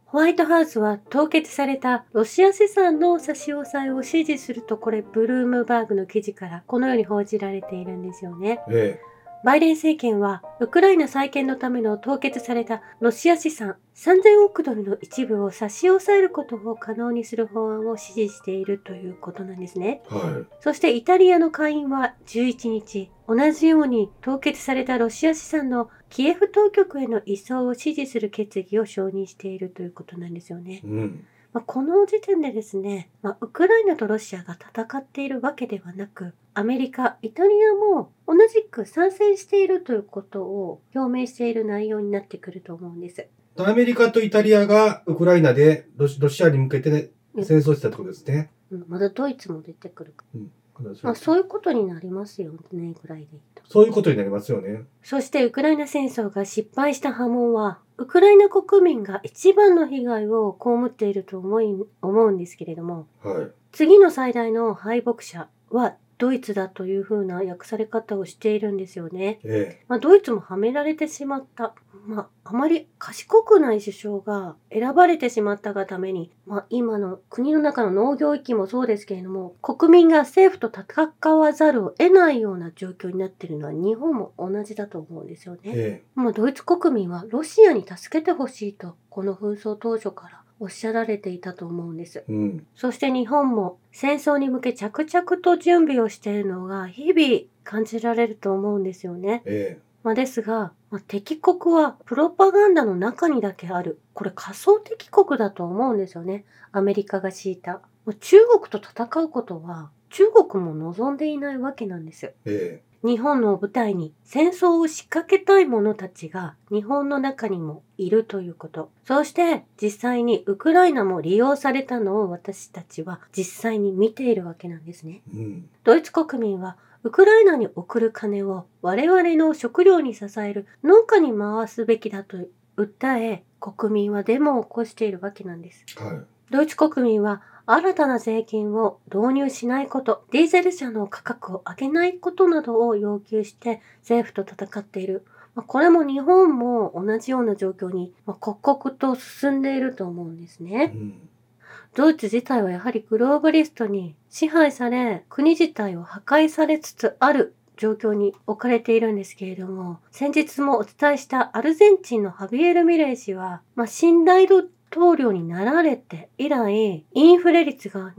ホワイトハウスは凍結されたロシア資産の差し押さえを支持すると、これブルームバーグの記事からこのように報じられているんですよね。バイデン政権はウクライナ再建のための凍結されたロシア資産3000億ドルの一部を差し押さえることを可能にする法案を支持しているということなんですね。そしてイタリアの下院は11日、同じように凍結されたロシア資産のキエフ当局への移送を支持する決議を承認しているということなんですよね。この時点でですね、ウクライナとロシアが戦っているわけではなく、アメリカ、イタリアも同じく参戦しているということを表明している内容になってくると思うんです。 アメリカとイタリアがウクライナでロシアに向けて戦争してたってことですね。 まだドイツも出てくるか。そういうことになりますよね、ぐらいでいいと。 そういうことになりますよね。 そしてウクライナ戦争が失敗した波紋は、ウクライナ国民が一番の被害を被っていると思うんですけれども、次の最大の敗北者はドイツだというふうな訳され方をしているんですよね。ドイツもはめられてしまった。あまり賢くない首相が選ばれてしまったがために、今の国の中の農業域もそうですけれども、国民が政府と戦わざるを得ないような状況になっているのは日本も同じだと思うんですよね。ドイツ国民はロシアに助けてほしいと、この紛争当初からおっしゃられていたと思うんです。そして日本も戦争に向け着々と準備をしているのが日々感じられると思うんですよね。ですが、敵国はプロパガンダの中にだけある。これ仮想敵国だと思うんですよね。アメリカが敷いた。中国と戦うことは中国も望んでいないわけなんです。日本の舞台に戦争を仕掛けたい者たちが日本の中にもいるということ。そして実際にウクライナも利用されたのを私たちは実際に見ているわけなんですね。ドイツ国民はウクライナに送る金を我々の食料に支える農家に回すべきだと訴え、国民はデモを起こしているわけなんです。ドイツ国民は新たな税金を導入しないこと、ディーゼル車の価格を上げないことなどを要求して政府と戦っている。これも日本も同じような状況に刻々と進んでいると思うんですね。ドイツ自体はやはりグローバリストに支配され、国自体を破壊されつつある状況に置かれているんですけれども、先日もお伝えしたアルゼンチンのハビエル・ミレイ氏は、新大統領になられて以来、インフレ率が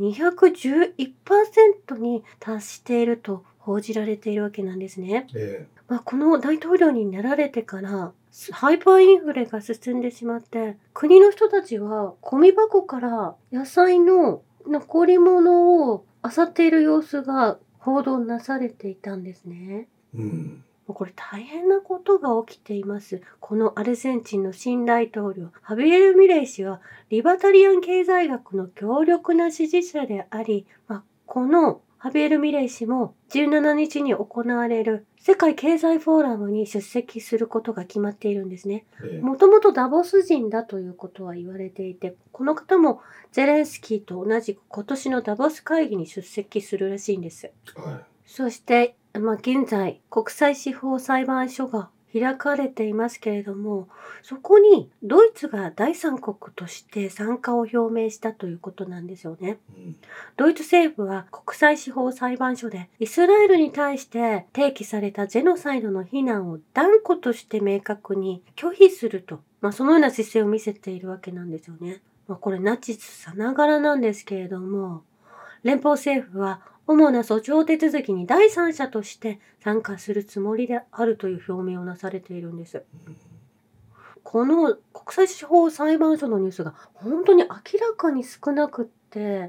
211% に達していると報じられているわけなんですね。この大統領になられてからハイパーインフレが進んでしまって、国の人たちはゴミ箱から野菜の残り物を漁っている様子が報道なされていたんですね。これ大変なことが起きています。このアルゼンチンの新大統領、ハビエル・ミレイ氏はリバタリアン経済学の強力な支持者であり、このハビエル・ミレイ氏も17日に行われる世界経済フォーラムに出席することが決まっているんですね。もともとダボス人だということは言われていて、この方もゼレンスキーと同じく今年のダボス会議に出席するらしいんです。そして現在、国際司法裁判所が開かれていますけれども、そこにドイツが第三国として参加を表明したということなんですよね。ドイツ政府は国際司法裁判所でイスラエルに対して提起されたジェノサイドの非難を断固として明確に拒否すると、そのような姿勢を見せているわけなんですよね。これナチスさながらなんですけれども、連邦政府は主な訴訟手続きに第三者として参加するつもりであるという表明をなされているんです。この国際司法裁判所のニュースが本当に明らかに少なくって、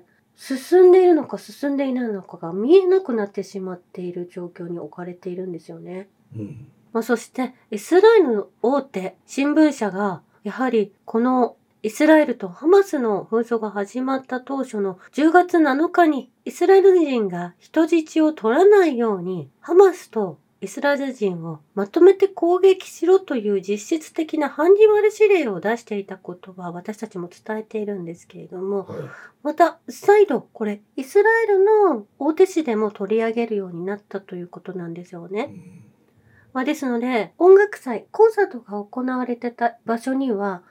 進んでいるのか進んでいないのかが見えなくなってしまっている状況に置かれているんですよね。そしてイスラエルの大手新聞社がやはりこのイスラエルとハマスの紛争が始まった当初の10月7日にイスラエル人が人質を取らないようにハマスとイスラエル人をまとめて攻撃しろという実質的なハンニバル指令を出していたことは私たちも伝えているんですけれども、また再度これイスラエルの大手紙でも取り上げるようになったということなんですよね。ですので音楽祭、コンサートが行われてた場所には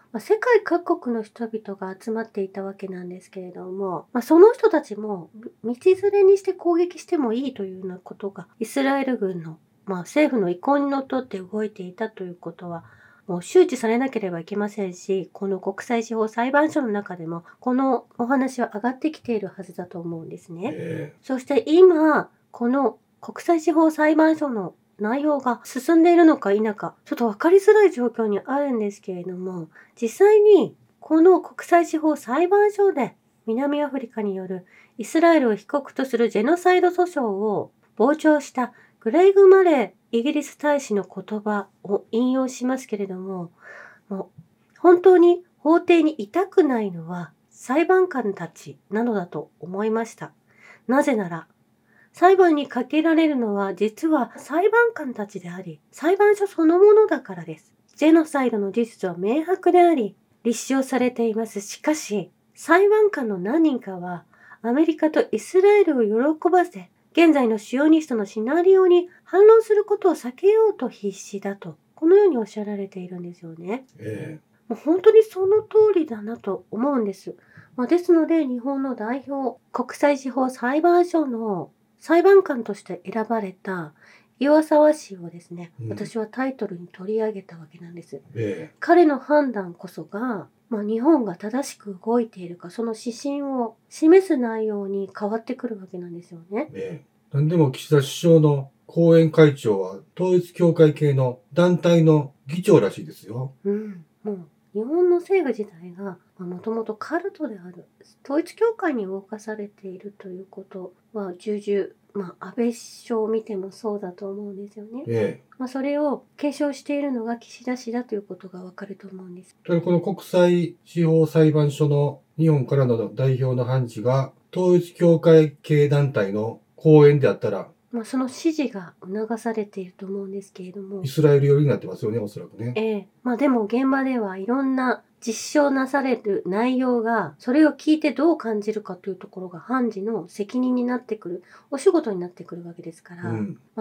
世界各国の人々が集まっていたわけなんですけれども、その人たちも道連れにして攻撃してもいいというようなことがイスラエル軍の、政府の意向にのっとって動いていたということはもう周知されなければいけませんし、この国際司法裁判所の中でもこのお話は上がってきているはずだと思うんですね。そして今この国際司法裁判所の内容が進んでいるのか否か、ちょっと分かりづらい状況にあるんですけれども、実際にこの国際司法裁判所で南アフリカによるイスラエルを被告とするジェノサイド訴訟を傍聴したグレイグ・マレーイギリス大使の言葉を引用しますけれども、本当に法廷にいたくないのは裁判官たちなのだと思いました。なぜなら、裁判にかけられるのは実は裁判官たちであり、裁判所そのものだからです。ジェノサイドの事実は明白であり、立証されています。しかし、裁判官の何人かは、アメリカとイスラエルを喜ばせ、現在のシオニストのシナリオに反論することを避けようと必死だと、このようにおっしゃられているんですよね。もう本当にその通りだなと思うんです。ですので、日本の代表、国際司法裁判所の裁判官として選ばれた岩沢氏をですね、私はタイトルに取り上げたわけなんです。彼の判断こそが、日本が正しく動いているか、その指針を示す内容に変わってくるわけなんですよね。 何でも岸田首相の後援会長は統一教会系の団体の議長らしいですよ。 もう日本の政府自体がもともとカルトである、統一教会に動かされているということは重々、安倍首相を見てもそうだと思うんですよね。それを継承しているのが岸田氏だということがわかると思うんです。 この国際司法裁判所の日本からの代表の判事が統一教会系団体の後援であったら、 その指示が促されていると思うんですけれども。 イスラエル寄りになってますよね、おそらくね。 でも現場ではいろんな実証なされる内容が、それを聞いてどう感じるかというところが判事の責任になってくる、お仕事になってくるわけですから、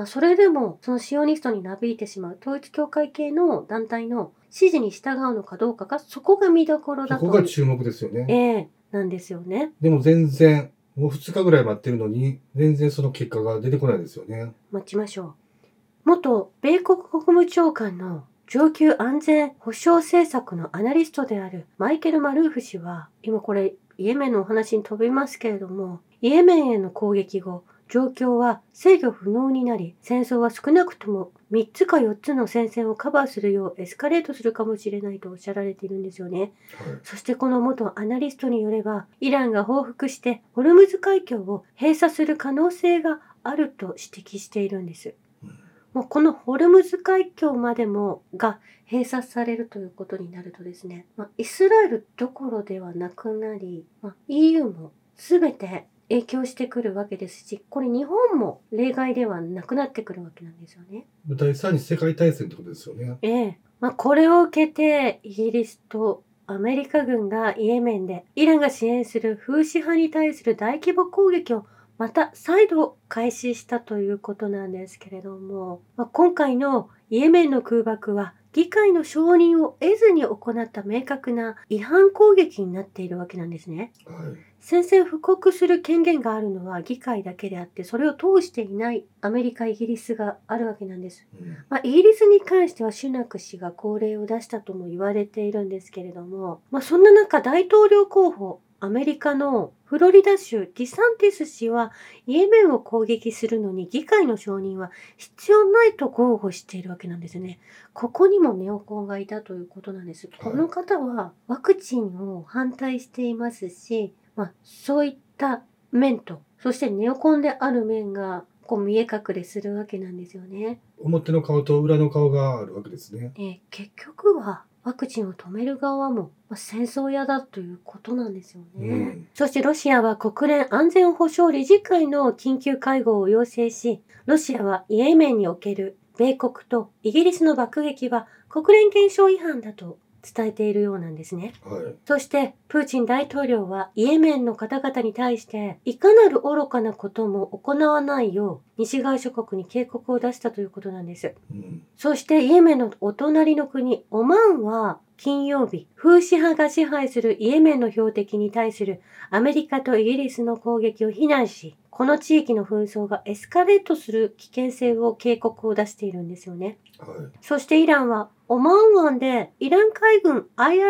それでもそのシオニストになびいてしまう統一教会系の団体の指示に従うのかどうかが、そこが見どころだと。 そこが注目ですよね。 なんですよね。 でも全然、もう2日ぐらい待ってるのに、全然その結果が出てこないですよね。 待ちましょう。元米国国務長官の上級安全保障政策のアナリストであるマイケル・マルーフ氏は、今これイエメンのお話に飛びますけれども、イエメンへの攻撃後、状況は制御不能になり、戦争は少なくとも3つか4つの戦線をカバーするようエスカレートするかもしれないとおっしゃられているんですよね。そしてこの元アナリストによれば、イランが報復してホルムズ海峡を閉鎖する可能性があると指摘しているんです。もうこのホルムズ海峡までもが閉鎖されるということになるとですね、イスラエルどころではなくなり、EU も全て影響してくるわけですし、これ日本も例外ではなくなってくるわけなんですよね。 第3次世界大戦ってことですよね。 これを受けてイギリスとアメリカ軍がイエメンでイランが支援するフーシ派に対する大規模攻撃をまた再度開始したということなんですけれども、今回のイエメンの空爆は議会の承認を得ずに行った明確な違反攻撃になっているわけなんですね。宣戦布告する権限があるのは議会だけであって、それを通していないアメリカ、イギリスがあるわけなんです。イギリスに関してはシュナク氏が号令を出したとも言われているんですけれども、そんな中大統領候補、アメリカのフロリダ州ディサンティス氏はイエメンを攻撃するのに議会の承認は必要ないと豪語しているわけなんですね。ここにもネオコンがいたということなんです。この方はワクチンを反対していますし、そういった面と、そしてネオコンである面が見え隠れするわけなんですよね。 表の顔と裏の顔があるわけですね。 結局はワクチンを止める側も、戦争屋だということなんですよね。そしてロシアは国連安全保障理事会の緊急会合を要請し、ロシアはイエメンにおける米国とイギリスの爆撃は国連憲章違反だと伝えているようなんですね。そしてプーチン大統領はイエメンの方々に対していかなる愚かなことも行わないよう西側諸国に警告を出したということなんです。そしてイエメンのお隣の国オマーンは金曜日、フーシ派が支配するイエメンの標的に対するアメリカとイギリスの攻撃を非難し、この地域の紛争がエスカレートする危険性を警告を出しているんですよね。そしてイランはオマーン湾でイラン海軍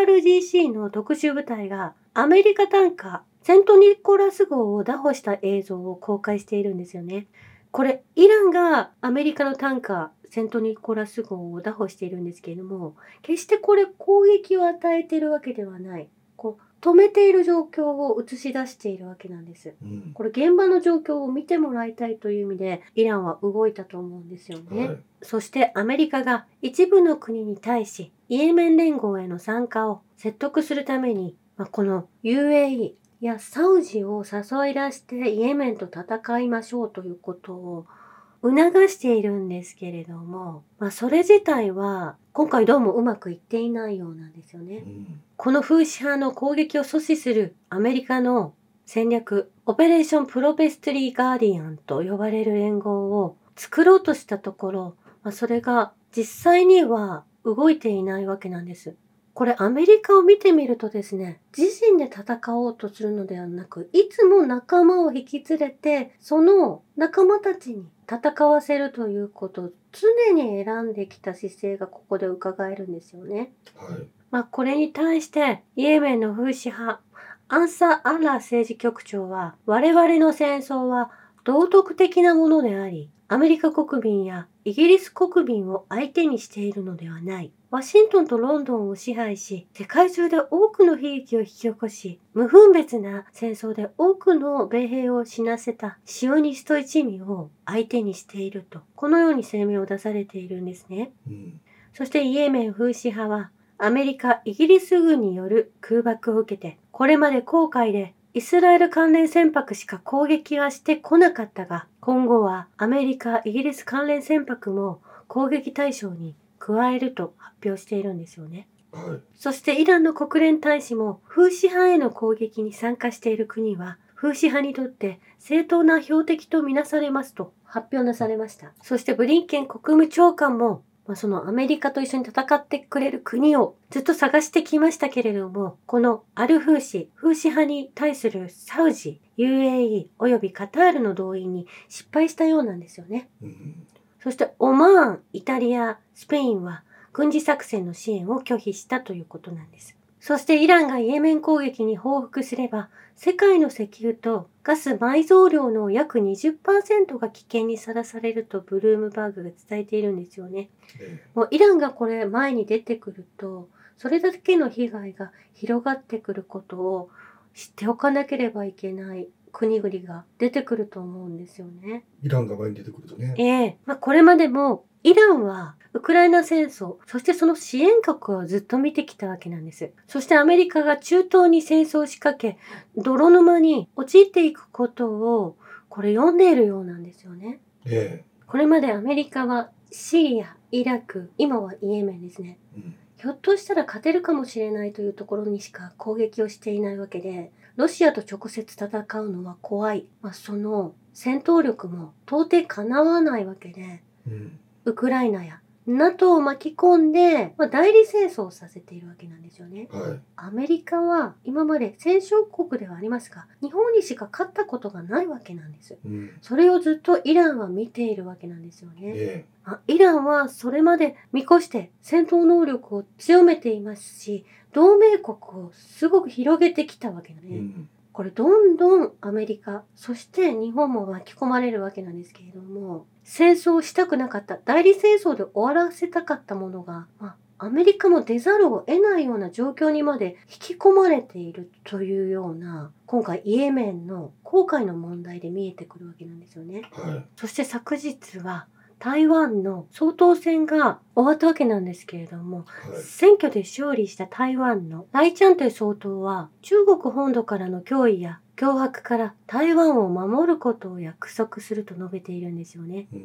IRGC の特殊部隊がアメリカタンカーセントニコラス号を拿捕した映像を公開しているんですよね。これイランがアメリカのタンカーセントニコラス号を拿捕しているんですけれども、決してこれ攻撃を与えているわけではない。止めている状況を映し出しているわけなんです。これ現場の状況を見てもらいたいという意味でイランは動いたと思うんですよね。そしてアメリカが一部の国に対しイエメン連合への参加を説得するために、この UAE やサウジを誘い出してイエメンと戦いましょうということを促しているんですけれども、それ自体は今回どうもうまくいっていないようなんですよね。このフーシ派の攻撃を阻止するアメリカの戦略、オペレーションプロペストリーガーディアンと呼ばれる連合を作ろうとしたところ、それが実際には動いていないわけなんです。これアメリカを見てみるとですね、自身で戦おうとするのではなく、いつも仲間を引き連れて、その仲間たちに戦わせるということを常に選んできた姿勢がここで伺えるんですよね。これに対してイエメンのフーシ派、アンサー・アッラー政治局長は、我々の戦争は道徳的なものであり、アメリカ国民やイギリス国民を相手にしているのではない。ワシントンとロンドンを支配し、世界中で多くの悲劇を引き起こし、無分別な戦争で多くの米兵を死なせたシオニスト一味を相手にしていると、このように声明を出されているんですね。そしてイエメン・フーシ派は、アメリカ、イギリス軍による空爆を受けて、これまで航海でイスラエル関連船舶しか攻撃はしてこなかったが、今後はアメリカ、イギリス関連船舶も攻撃対象に加えると発表しているんですよね。そしてイランの国連大使もフーシ派への攻撃に参加している国はフーシ派にとって正当な標的とみなされますと発表なされました。そしてブリンケン国務長官もそのアメリカと一緒に戦ってくれる国をずっと探してきましたけれども、このアルフーシ、フーシ派に対するサウジ、UAE およびカタールの動員に失敗したようなんですよね。そしてオマーン、イタリア、スペインは軍事作戦の支援を拒否したということなんです。そしてイランがイエメン攻撃に報復すれば、世界の石油とガス埋蔵量の約 20% が危険にさらされるとブルームバーグが伝えているんですよね。もうイランがこれ前に出てくると、それだけの被害が広がってくることを知っておかなければいけない国々が出てくると思うんですよね。 イランが前に出てくるとね。 これまでもイランはウクライナ戦争、そしてその支援国をずっと見てきたわけなんです。そしてアメリカが中東に戦争を仕掛け、泥沼に陥っていくことをこれ読んでいるようなんですよね。これまでアメリカはシリア、イラク、今はイエメンですね。ひょっとしたら勝てるかもしれないというところにしか攻撃をしていないわけで、ロシアと直接戦うのは怖い。その戦闘力も到底かなわないわけで、ウクライナや NATO を巻き込んで、代理戦争をさせているわけなんですよね。アメリカは今まで戦勝国ではありますが、日本にしか勝ったことがないわけなんです。それをずっとイランは見ているわけなんですよね。イランはそれまで見越して戦闘能力を強めていますし、同盟国をすごく広げてきたわけだね。これどんどんアメリカ、そして日本も巻き込まれるわけなんですけれども、戦争をしたくなかった、代理戦争で終わらせたかったものが、アメリカも出ざるを得ないような状況にまで引き込まれているというような、今回イエメンの紅海の問題で見えてくるわけなんですよね。そして昨日は、台湾の総統選が終わったわけなんですけれども、選挙で勝利した台湾のライチャンテイ総統は中国本土からの脅威や脅迫から台湾を守ることを約束すると述べているんですよね。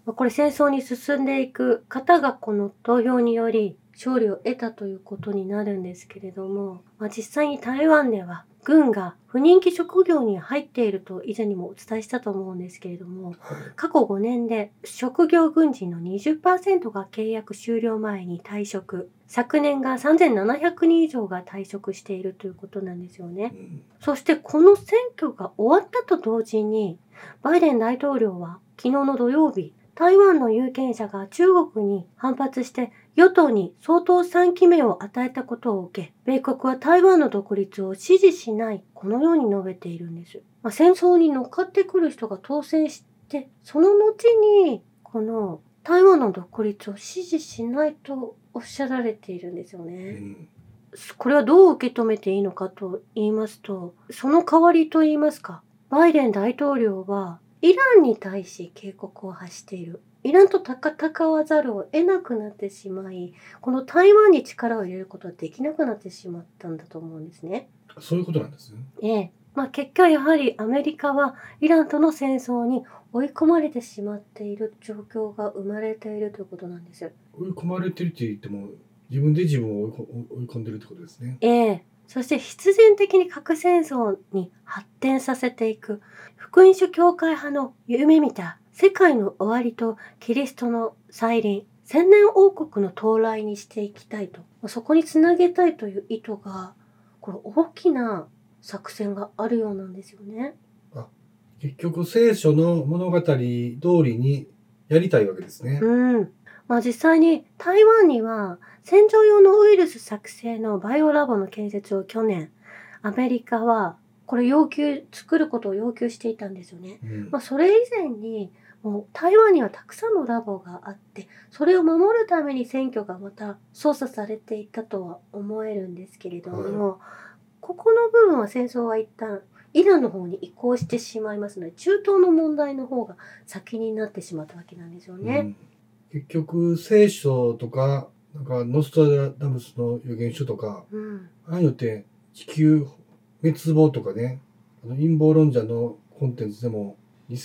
これ戦争に進んでいく方がこの投票により勝利を得たということになるんですけれども、実際に台湾では軍が不人気職業に入っていると以前にもお伝えしたと思うんですけれども、過去5年で職業軍人の 20% が契約終了前に退職。昨年が3700人以上が退職しているということなんですよね。そしてこの選挙が終わったと同時に、バイデン大統領は昨日の土曜日、台湾の有権者が中国に反発して与党に総統3期目を与えたことを受け、米国は台湾の独立を支持しない、このように述べているんです。戦争に乗っかってくる人が当選して、その後にこの台湾の独立を支持しないとおっしゃられているんですよね。これはどう受け止めていいのかと言いますと、その代わりと言いますか、バイデン大統領はイランに対し警告を発している。イランと戦わざるを得なくなってしまい、この台湾に力を入れることはできなくなってしまったんだと思うんですね。 そういうことなんですね。 結果やはりアメリカはイランとの戦争に追い込まれてしまっている状況が生まれているということなんです。 追い込まれてるって言っても、自分で自分を追い込んでるってことですね。 そして必然的に核戦争に発展させていく福音書教会派の夢見た世界の終わりとキリストの再臨、千年王国の到来にしていきたいと、そこにつなげたいという意図が、これ大きな作戦があるようなんですよね。 結局聖書の物語通りにやりたいわけですね。 実際に台湾には戦場用のウイルス作成のバイオラボの建設を去年、アメリカはこれ作ることを要求していたんですよね。それ以前にもう台湾にはたくさんのラボがあって、それを守るために選挙がまた操作されていたとは思えるんですけれども、ここの部分は戦争は一旦イランの方に移行してしまいますので、中東の問題の方が先になってしまったわけなんですよね。 結局聖書とか、ノストラダムスの預言書とか、ああいうのって地球滅亡とかね、陰謀論者のコンテンツでも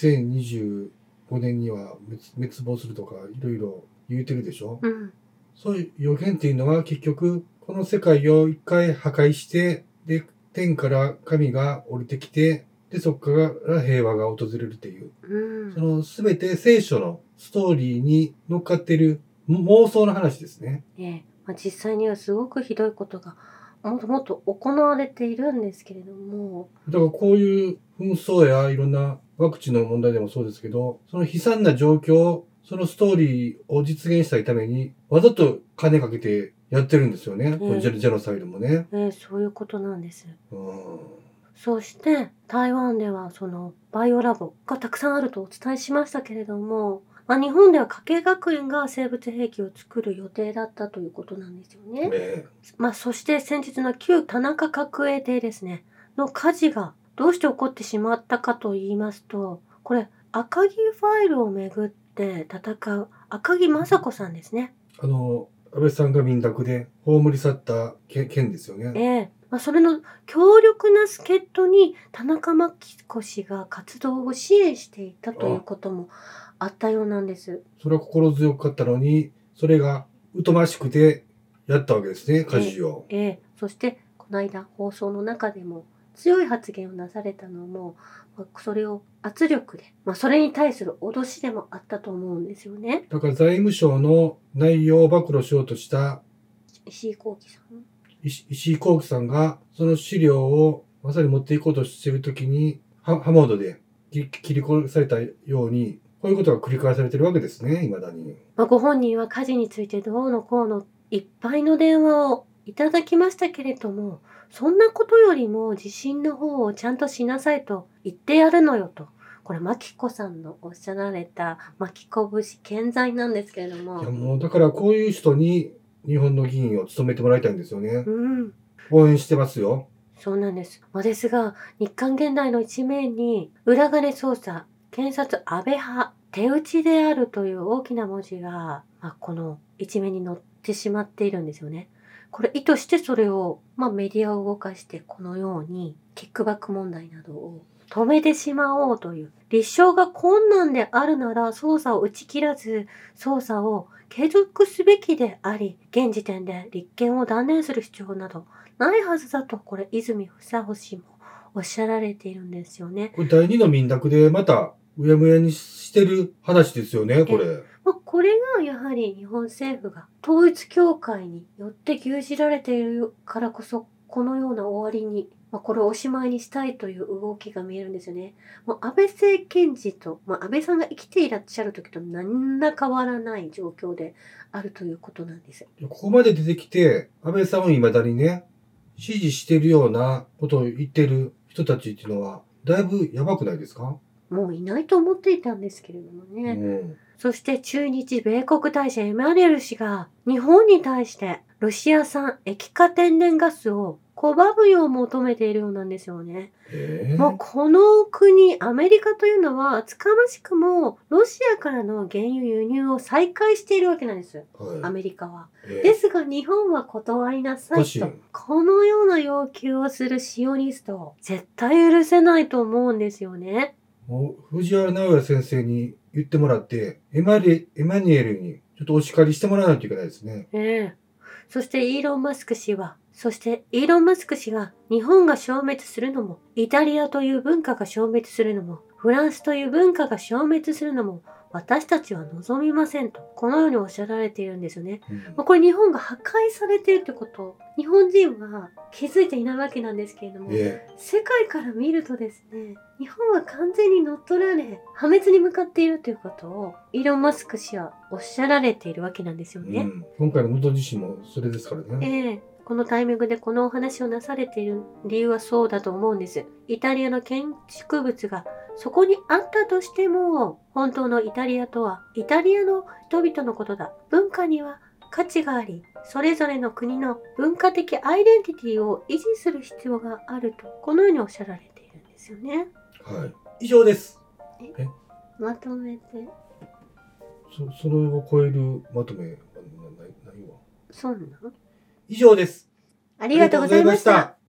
2025年には滅亡するとかいろいろ言うてるでしょ。そういう予言っていうのは結局この世界を一回破壊して、で天から神が降りてきて、でそこから平和が訪れるっていう、その全て聖書のストーリーに乗っかってる妄想の話ですね。 実際にはすごくひどいことがもっともっと行われているんですけれども。 だからこういう紛争やいろんなワクチンの問題でもそうですけど、その悲惨な状況、そのストーリーを実現したいために、わざと金かけてやってるんですよね。ジェノサイドもね。 そういうことなんです。そして台湾ではそのバイオラボがたくさんあるとお伝えしましたけれども、日本では加計学園が生物兵器を作る予定だったということなんですよね。そして先日の旧田中角栄邸ですねの火事がどうして起こってしまったかと言いますと、これ赤木ファイルをめぐって戦う赤木雅子さんですね。 安倍さんが民宅で葬り去った件ですよね。 それの強力な助っ人に田中真紀子氏が活動を支援していたということもあったようなんです。 それは心強かったのに、それが疎ましくてやったわけですね、火事を。 そしてこの間放送の中でも強い発言をなされたのも、それを圧力で、それに対する脅しでもあったと思うんですよね。 だから財務省の内容を暴露しようとした石井幸喜さんがその資料をまさに持っていこうとしているときに刃物で切り殺されたように、こういうことが繰り返されているわけですね、未だに。 ご本人は火事についてどうのこうのいっぱいの電話をいただきましたけれども、そんなことよりも地震の方をちゃんとしなさいと言ってやるのよと。これ真紀子さんのおっしゃられた真紀子節健在なんですけれども。 いやもうだからこういう人に日本の議員を務めてもらいたいんですよね。応援してますよ。 そうなんです。ですが、日刊現代の一面に裏金捜査、検察安倍派、手打ちであるという大きな文字が、この一面に載ってしまっているんですよね。これ意図してそれを、メディアを動かしてこのようにキックバック問題などを止めてしまおうという。立証が困難であるなら捜査を打ち切らず、捜査を継続すべきであり、現時点で立件を断念する必要などないはずだと、これ泉房穂氏もおっしゃられているんですよね。 これ第二の民諾でまたうやむやにしてる話ですよね、これ。 これがやはり日本政府が統一教会によって牛耳られているからこそ、このような終わりに、これをおしまいにしたいという動きが見えるんですよね。もう安倍政権時と、安倍さんが生きていらっしゃる時と何ら変わらない状況であるということなんです。 ここまで出てきて、安倍さんを未だにね、支持してるようなことを言ってる人たちっていうのは、だいぶやばくないですか？ もういないと思っていたんですけれどもね。そして駐日米国大使エマニュエル氏が日本に対してロシア産液化天然ガスを拒むよう求めているようなんですよね。もうこの国、アメリカというのは厚かましくもロシアからの原油輸入を再開しているわけなんです。アメリカは。ですが日本は断りなさいと。このような要求をするシオニストを絶対許せないと思うんですよね。 もう藤原直哉先生に言ってもらって、エマニュエルにちょっとお叱りしてもらわないといけないですね。 そしてイーロン・マスク氏が日本が消滅するのも、イタリアという文化が消滅するのも、フランスという文化が消滅するのも、私たちは望みませんと、このようにおっしゃられているんですよね。これ日本が破壊されているってことを、日本人は気づいていないわけなんですけれども、世界から見るとですね、日本は完全に乗っ取られ、破滅に向かっているということを、イーロン・マスク氏はおっしゃられているわけなんですよね。 今回の能登地震もそれですからね。 このタイミングでこのお話をなされている理由はそうだと思うんです。イタリアの建築物がそこにあったとしても、本当のイタリアとはイタリアの人々のことだ。文化には価値があり、それぞれの国の文化的アイデンティティを維持する必要があると、このようにおっしゃられているんですよね。 はい。以上です。 まとめて。 それを超えるまとめないわ。 そうなの？ 以上です。 ありがとうございました。